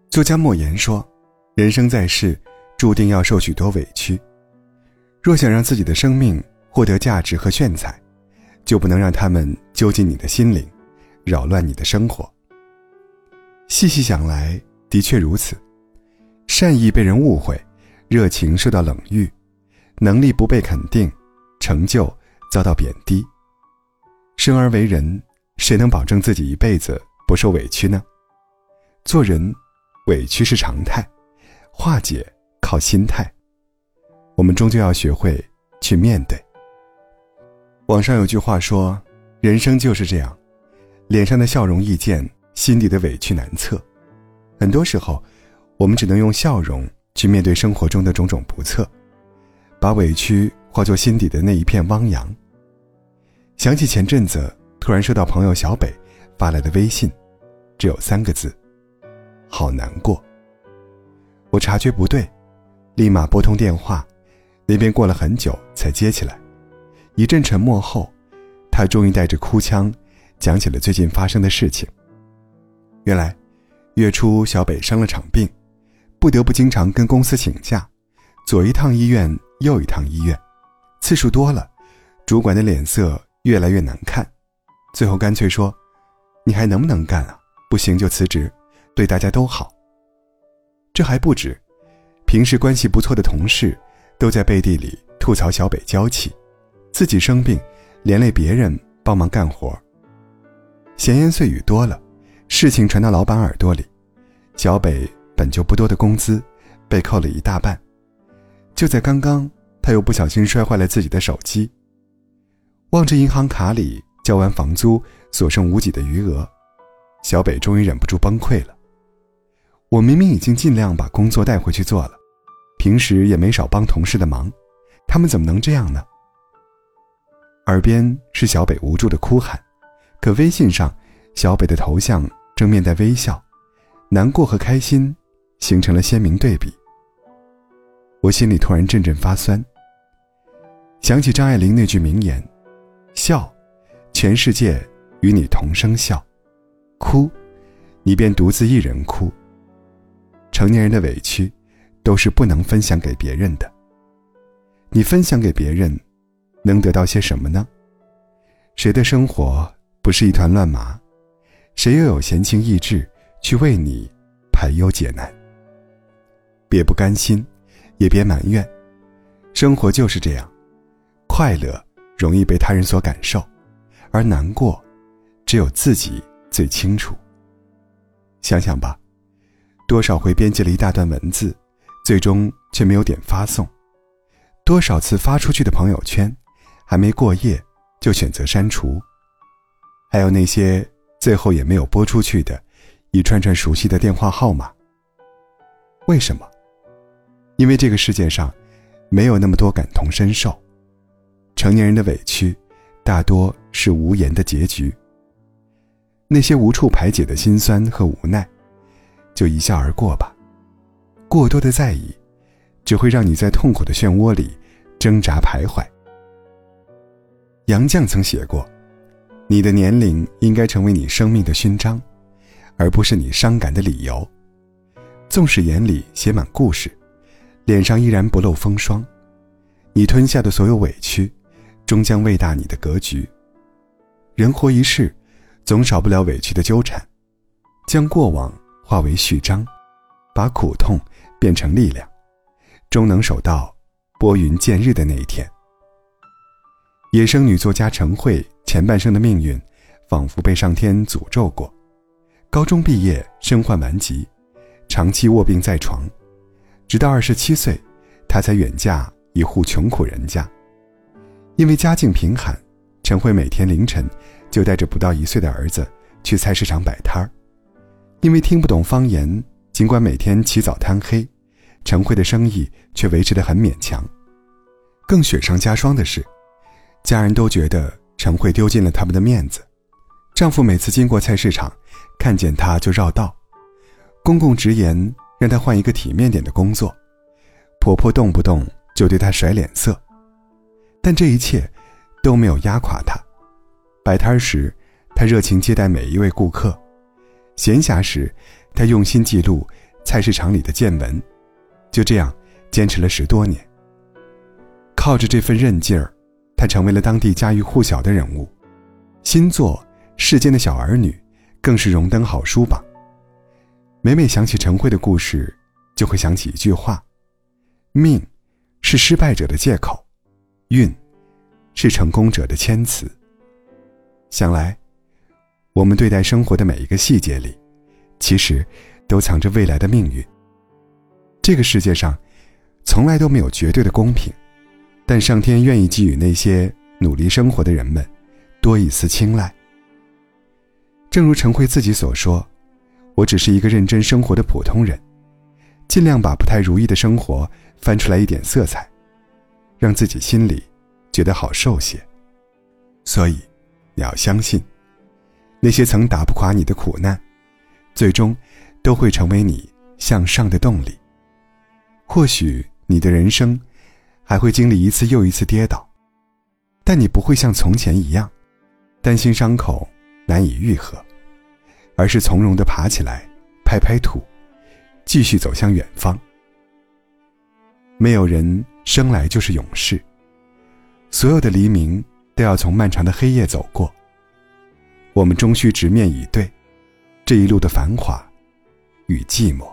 作家莫言说，人生在世注定要受许多委屈，若想让自己的生命获得价值和炫彩，就不能让他们揪紧你的心灵，扰乱你的生活。细细想来，的确如此。善意被人误会，热情受到冷遇，能力不被肯定，成就遭到贬低。生而为人，谁能保证自己一辈子不受委屈呢？做人，委屈是常态，化解靠心态。我们终究要学会去面对。网上有句话说，人生就是这样，脸上的笑容易见，心底的委屈难测。很多时候，我们只能用笑容去面对生活中的种种不测，把委屈化作心底的那一片汪洋。想起前阵子突然收到朋友小北发来的微信，只有3个字：好难过。我察觉不对，立马拨通电话，那边过了很久才接起来。一阵沉默后，他终于带着哭腔讲起了最近发生的事情。原来月初小北生了场病，不得不经常跟公司请假，左一趟医院右一趟医院，次数多了，主管的脸色越来越难看，最后干脆说，你还能不能干啊？不行就辞职，对大家都好。这还不止，平时关系不错的同事都在背地里吐槽小北娇气，自己生病连累别人帮忙干活。闲言碎语多了，事情传到老板耳朵里，小北本就不多的工资被扣了一大半。就在刚刚，他又不小心摔坏了自己的手机。望着银行卡里交完房租所剩无几的余额，小北终于忍不住崩溃了。我明明已经尽量把工作带回去做了，平时也没少帮同事的忙，他们怎么能这样呢？耳边是小北无助的哭喊，可微信上小北的头像正面带微笑，难过和开心形成了鲜明对比。我心里突然阵阵发酸，想起张爱玲那句名言，笑，全世界与你同声笑；哭，你便独自一人哭。成年人的委屈都是不能分享给别人的，你分享给别人能得到些什么呢？谁的生活不是一团乱麻？谁又有闲情逸致去为你排忧解难？别不甘心，也别埋怨，生活就是这样，快乐容易被他人所感受，而难过只有自己最清楚。想想吧，多少回编辑了一大段文字，最终却没有点发送，多少次发出去的朋友圈，还没过夜就选择删除，还有那些最后也没有拨出去的一串串熟悉的电话号码。为什么？因为这个世界上没有那么多感同身受，成年人的委屈大多是无言的结局。那些无处排解的心酸和无奈，就一笑而过吧。过多的在意，只会让你在痛苦的漩涡里挣扎徘徊。杨绛曾写过，你的年龄应该成为你生命的勋章，而不是你伤感的理由。纵使眼里写满故事，脸上依然不露风霜，你吞下的所有委屈，终将喂大你的格局。人活一世，总少不了委屈的纠缠，将过往化为序章，把苦痛变成力量，终能守到拨云见日的那一天。野生女作家陈慧前半生的命运仿佛被上天诅咒过，高中毕业身患顽疾，长期卧病在床，直到27岁，她才远嫁一户穷苦人家。因为家境贫寒，陈慧每天凌晨就带着不到1岁的儿子去菜市场摆摊儿。因为听不懂方言，尽管每天起早贪黑，陈慧的生意却维持得很勉强。更雪上加霜的是，家人都觉得陈慧丢尽了他们的面子。丈夫每次经过菜市场，看见她就绕道，公公直言让她换一个体面点的工作，婆婆动不动就对她甩脸色。但这一切都没有压垮她。摆摊时，她热情接待每一位顾客，闲暇时她用心记录菜市场里的见闻，就这样坚持了10多年。靠着这份韧劲儿，他成为了当地家喻户晓的人物。新作《世间的小儿女》更是荣登好书榜。每每想起陈慧的故事，就会想起一句话：命是失败者的借口，运是成功者的谦词。想来，我们对待生活的每一个细节里，其实都藏着未来的命运。这个世界上从来都没有绝对的公平，但上天愿意给予那些努力生活的人们多一丝青睐。正如陈慧自己所说，我只是一个认真生活的普通人，尽量把不太如意的生活翻出来一点色彩，让自己心里觉得好受些。所以你要相信，那些曾打不垮你的苦难，最终都会成为你向上的动力。或许你的人生还会经历一次又一次跌倒，但你不会像从前一样担心伤口难以愈合，而是从容地爬起来，拍拍土，继续走向远方。没有人生来就是勇士，所有的黎明都要从漫长的黑夜走过。我们终须直面以对这一路的繁华与寂寞。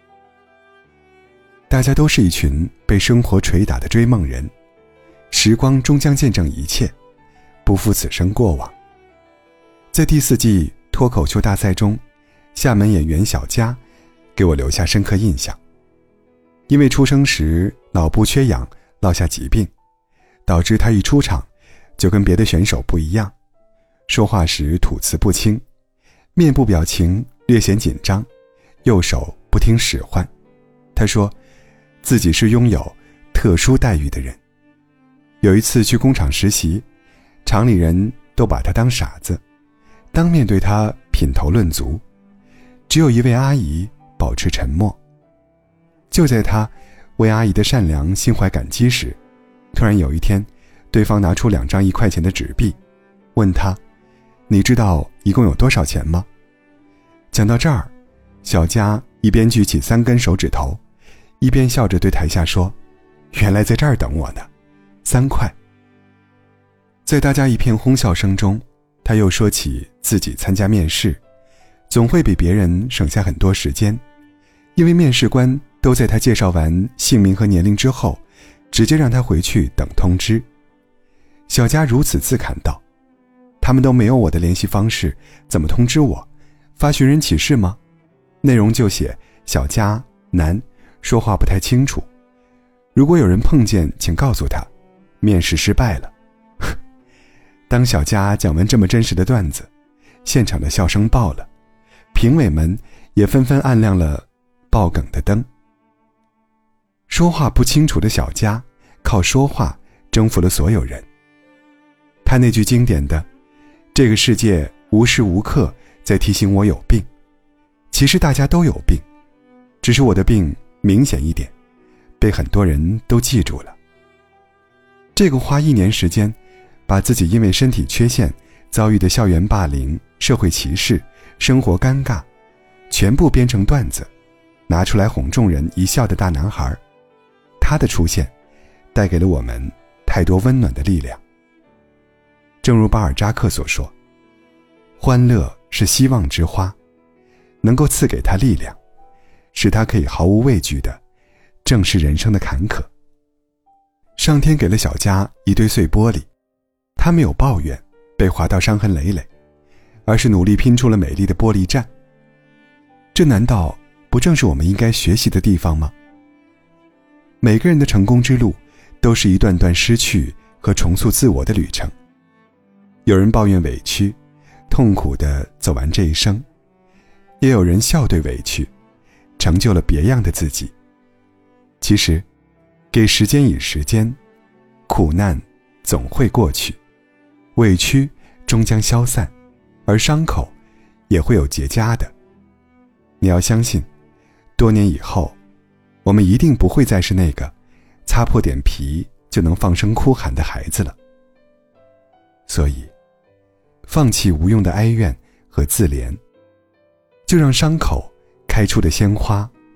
大家都是一群被生活捶打的追梦人，时光终将见证一切，不负此生过往。在第4季脱口秀大赛中，厦门演员小佳给我留下深刻印象。因为出生时脑部缺氧落下疾病，导致他一出场就跟别的选手不一样，说话时吐词不清，面部表情略显紧张，右手不听使唤。他说自己是拥有特殊待遇的人。有一次去工厂实习，厂里人都把他当傻子，当面对他品头论足，只有一位阿姨保持沉默。就在他为阿姨的善良心怀感激时，突然有一天，对方拿出2张1块钱的纸币，问他：你知道一共有多少钱吗？讲到这儿，小佳一边举起3根手指头，一边笑着对台下说：原来在这儿等我呢，3块。在大家一片哄笑声中，他又说起自己参加面试，总会比别人省下很多时间，因为面试官都在他介绍完姓名和年龄之后，直接让他回去等通知。小佳如此自侃道：他们都没有我的联系方式，怎么通知我？发寻人启事吗？内容就写小佳男，说话不太清楚，如果有人碰见请告诉他，面试失败了。当小佳讲完这么真实的段子，现场的笑声爆了，评委们也纷纷按亮了爆梗的灯。说话不清楚的小佳靠说话征服了所有人。他那句经典的这个世界无时无刻在提醒我有病，其实大家都有病，只是我的病明显一点，被很多人都记住了。这个花1年时间把自己因为身体缺陷遭遇的校园霸凌、社会歧视、生活尴尬全部编成段子拿出来哄众人一笑的大男孩，他的出现带给了我们太多温暖的力量。正如巴尔扎克所说，欢乐是希望之花，能够赐给他力量，使他可以毫无畏惧地正视人生的坎坷。上天给了小佳一堆碎玻璃，他没有抱怨被划到伤痕累累，而是努力拼出了美丽的玻璃栈。这难道不正是我们应该学习的地方吗？每个人的成功之路都是一段段失去和重塑自我的旅程。有人抱怨委屈，痛苦地走完这一生，也有人笑对委屈，成就了别样的自己。其实给时间以时间，苦难总会过去，委屈终将消散，而伤口也会有结痂的。你要相信，多年以后，我们一定不会再是那个擦破点皮就能放声哭喊的孩子了。所以放弃无用的哀怨和自怜，就让伤口开出的鲜花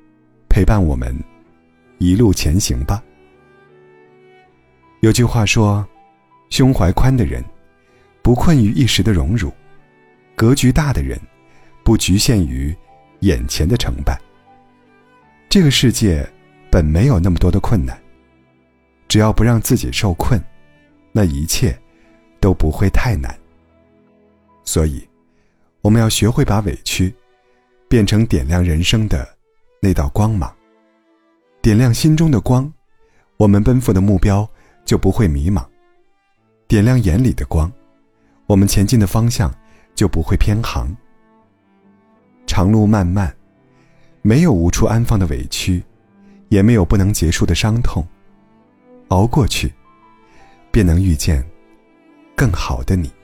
陪伴我们一路前行吧。有句话说，胸怀宽的人不困于一时的荣辱，格局大的人不局限于眼前的成败。这个世界本没有那么多的困难，只要不让自己受困，那一切都不会太难。所以我们要学会把委屈变成点亮人生的那道光芒，点亮心中的光，我们奔赴的目标就不会迷茫；点亮眼里的光，我们前进的方向就不会偏航。长路漫漫，没有无处安放的委屈，也没有不能结束的伤痛，熬过去，便能遇见更好的你。